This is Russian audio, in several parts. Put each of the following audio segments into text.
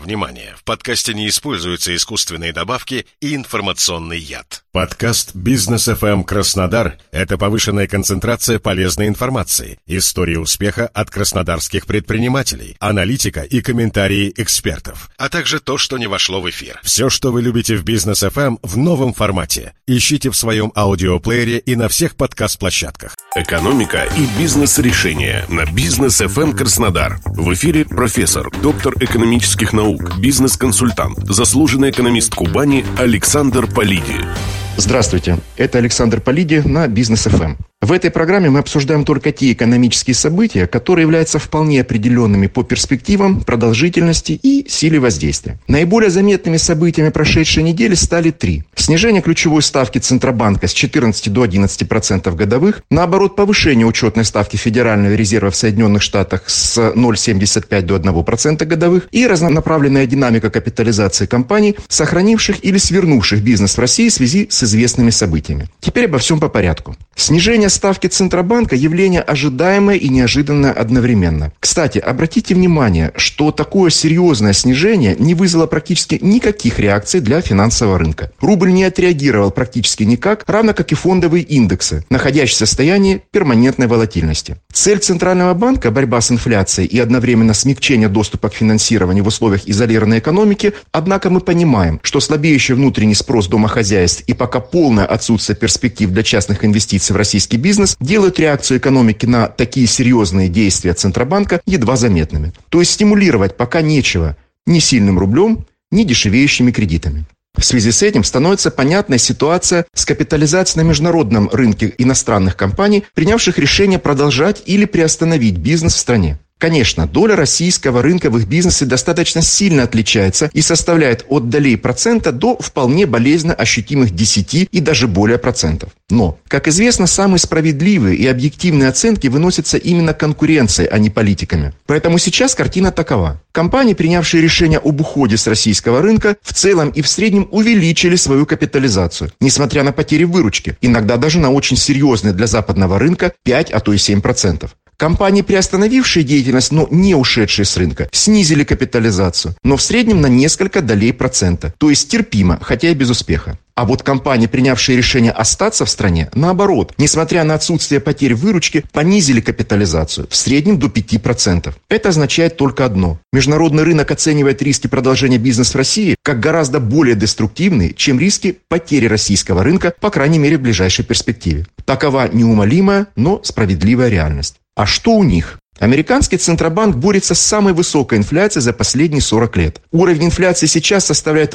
Внимание! В подкасте не используются искусственные добавки и информационный яд. Подкаст «Бизнес ФМ Краснодар» — это повышенная концентрация полезной информации, истории успеха от краснодарских предпринимателей, аналитика и комментарии экспертов, а также то, что не вошло в эфир. Все, что вы любите в «Бизнес ФМ» в новом формате. Ищите в своем аудиоплеере и на всех подкаст-площадках. Экономика и бизнес-решения на «Бизнес ФМ Краснодар». В эфире профессор, доктор экономических наук, бизнес-консультант, заслуженный экономист Кубани Александр Полиди. Здравствуйте, это Александр Полиди на Бизнес ФМ. В этой программе мы обсуждаем только те экономические события, которые являются вполне определенными по перспективам, продолжительности и силе воздействия. Наиболее заметными событиями прошедшей недели стали три. Снижение ключевой ставки Центробанка с 14 до 11% годовых, наоборот, повышение учетной ставки Федерального резерва в Соединенных Штатах с 0,75 до 1% годовых и разнонаправленная динамика капитализации компаний, сохранивших или свернувших бизнес в России в связи с известными событиями. Теперь обо всем по порядку. Снижение ставки Центробанка – явление ожидаемое и неожиданное одновременно. Кстати, обратите внимание, что такое серьезное снижение не вызвало практически никаких реакций для финансового рынка. Рубль не отреагировал практически никак, равно как и фондовые индексы, находящиеся в состоянии перманентной волатильности. Цель Центрального банка – борьба с инфляцией и одновременно смягчение доступа к финансированию в условиях изолированной экономики, однако мы понимаем, что слабеющий внутренний спрос домохозяйств и пока полное отсутствие перспектив для частных инвестиций в российский бизнес делают реакцию экономики на такие серьезные действия Центробанка едва заметными. То есть стимулировать пока нечего ни сильным рублем, ни дешевеющими кредитами. В связи с этим становится понятная ситуация с капитализацией на международном рынке иностранных компаний, принявших решение продолжать или приостановить бизнес в стране. Конечно, доля российского рынка в их бизнесе достаточно сильно отличается и составляет от долей процента до вполне болезненно ощутимых 10 и даже более процентов. Но, как известно, самые справедливые и объективные оценки выносятся именно конкуренцией, а не политиками. Поэтому сейчас картина такова. Компании, принявшие решение об уходе с российского рынка, в целом и в среднем увеличили свою капитализацию, несмотря на потери выручки, иногда даже на очень серьезные для западного рынка 5, а то и 7%. Компании, приостановившие деятельность, но не ушедшие с рынка, снизили капитализацию, но в среднем на несколько долей процента, то есть терпимо, хотя и без успеха. А вот компании, принявшие решение остаться в стране, наоборот, несмотря на отсутствие потерь выручки, понизили капитализацию, в среднем до 5%. Это означает только одно. Международный рынок оценивает риски продолжения бизнеса в России как гораздо более деструктивные, чем риски потери российского рынка, по крайней мере в ближайшей перспективе. Такова неумолимая, но справедливая реальность. А что у них? Американский Центробанк борется с самой высокой инфляцией за последние 40 лет. Уровень инфляции сейчас составляет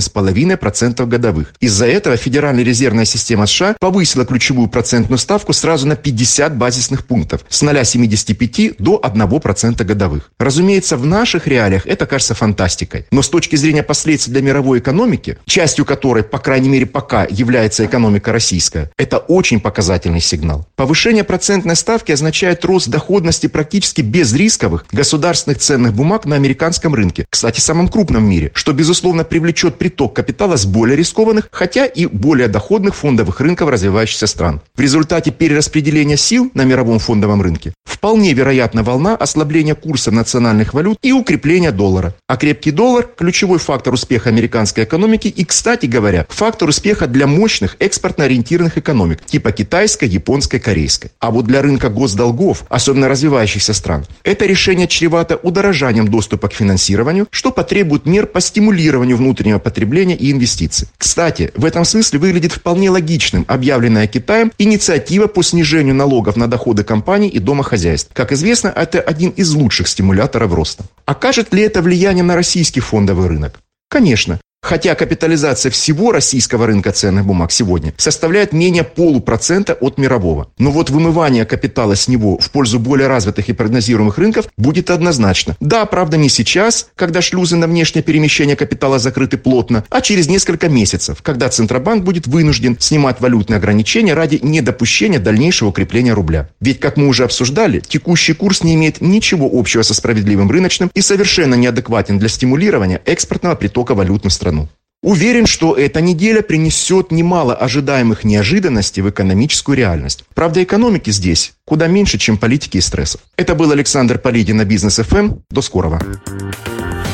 8,5% годовых. Из-за этого Федеральная резервная система США повысила ключевую процентную ставку сразу на 50 базисных пунктов с 0,75 до 1% годовых. Разумеется, в наших реалиях это кажется фантастикой. Но с точки зрения последствий для мировой экономики, частью которой, по крайней мере пока, является экономика российская, это очень показательный сигнал. Повышение процентной ставки означает рост доходности практически без рисковых государственных ценных бумаг на американском рынке, кстати, самом крупном в мире, что, безусловно, привлечет приток капитала с более рискованных, хотя и более доходных фондовых рынков развивающихся стран. В результате перераспределения сил на мировом фондовом рынке вполне вероятна волна ослабления курса национальных валют и укрепления доллара. А крепкий доллар – ключевой фактор успеха американской экономики и, кстати говоря, фактор успеха для мощных экспортно-ориентированных экономик, типа китайской, японской, корейской. А вот для рынка госдолгов, особенно развивающихся стран, это решение чревато удорожанием доступа к финансированию, что потребует мер по стимулированию внутреннего потребления и инвестиций. Кстати, в этом смысле выглядит вполне логичным объявленная Китаем инициатива по снижению налогов на доходы компаний и домохозяйств. Как известно, это один из лучших стимуляторов роста. Окажет ли это влияние на российский фондовый рынок? Конечно. Хотя капитализация всего российского рынка ценных бумаг сегодня составляет менее 0,5% от мирового. Но вот вымывание капитала с него в пользу более развитых и прогнозируемых рынков будет однозначно. Да, правда, не сейчас, когда шлюзы на внешнее перемещение капитала закрыты плотно, а через несколько месяцев, когда Центробанк будет вынужден снимать валютные ограничения ради недопущения дальнейшего укрепления рубля. Ведь, как мы уже обсуждали, текущий курс не имеет ничего общего со справедливым рыночным и совершенно неадекватен для стимулирования экспортного притока валют на страну. Уверен, что эта неделя принесет немало ожидаемых неожиданностей в экономическую реальность. Правда, экономики здесь куда меньше, чем политики и стрессов. Это был Александр Полиди на Бизнес ФМ. До скорого.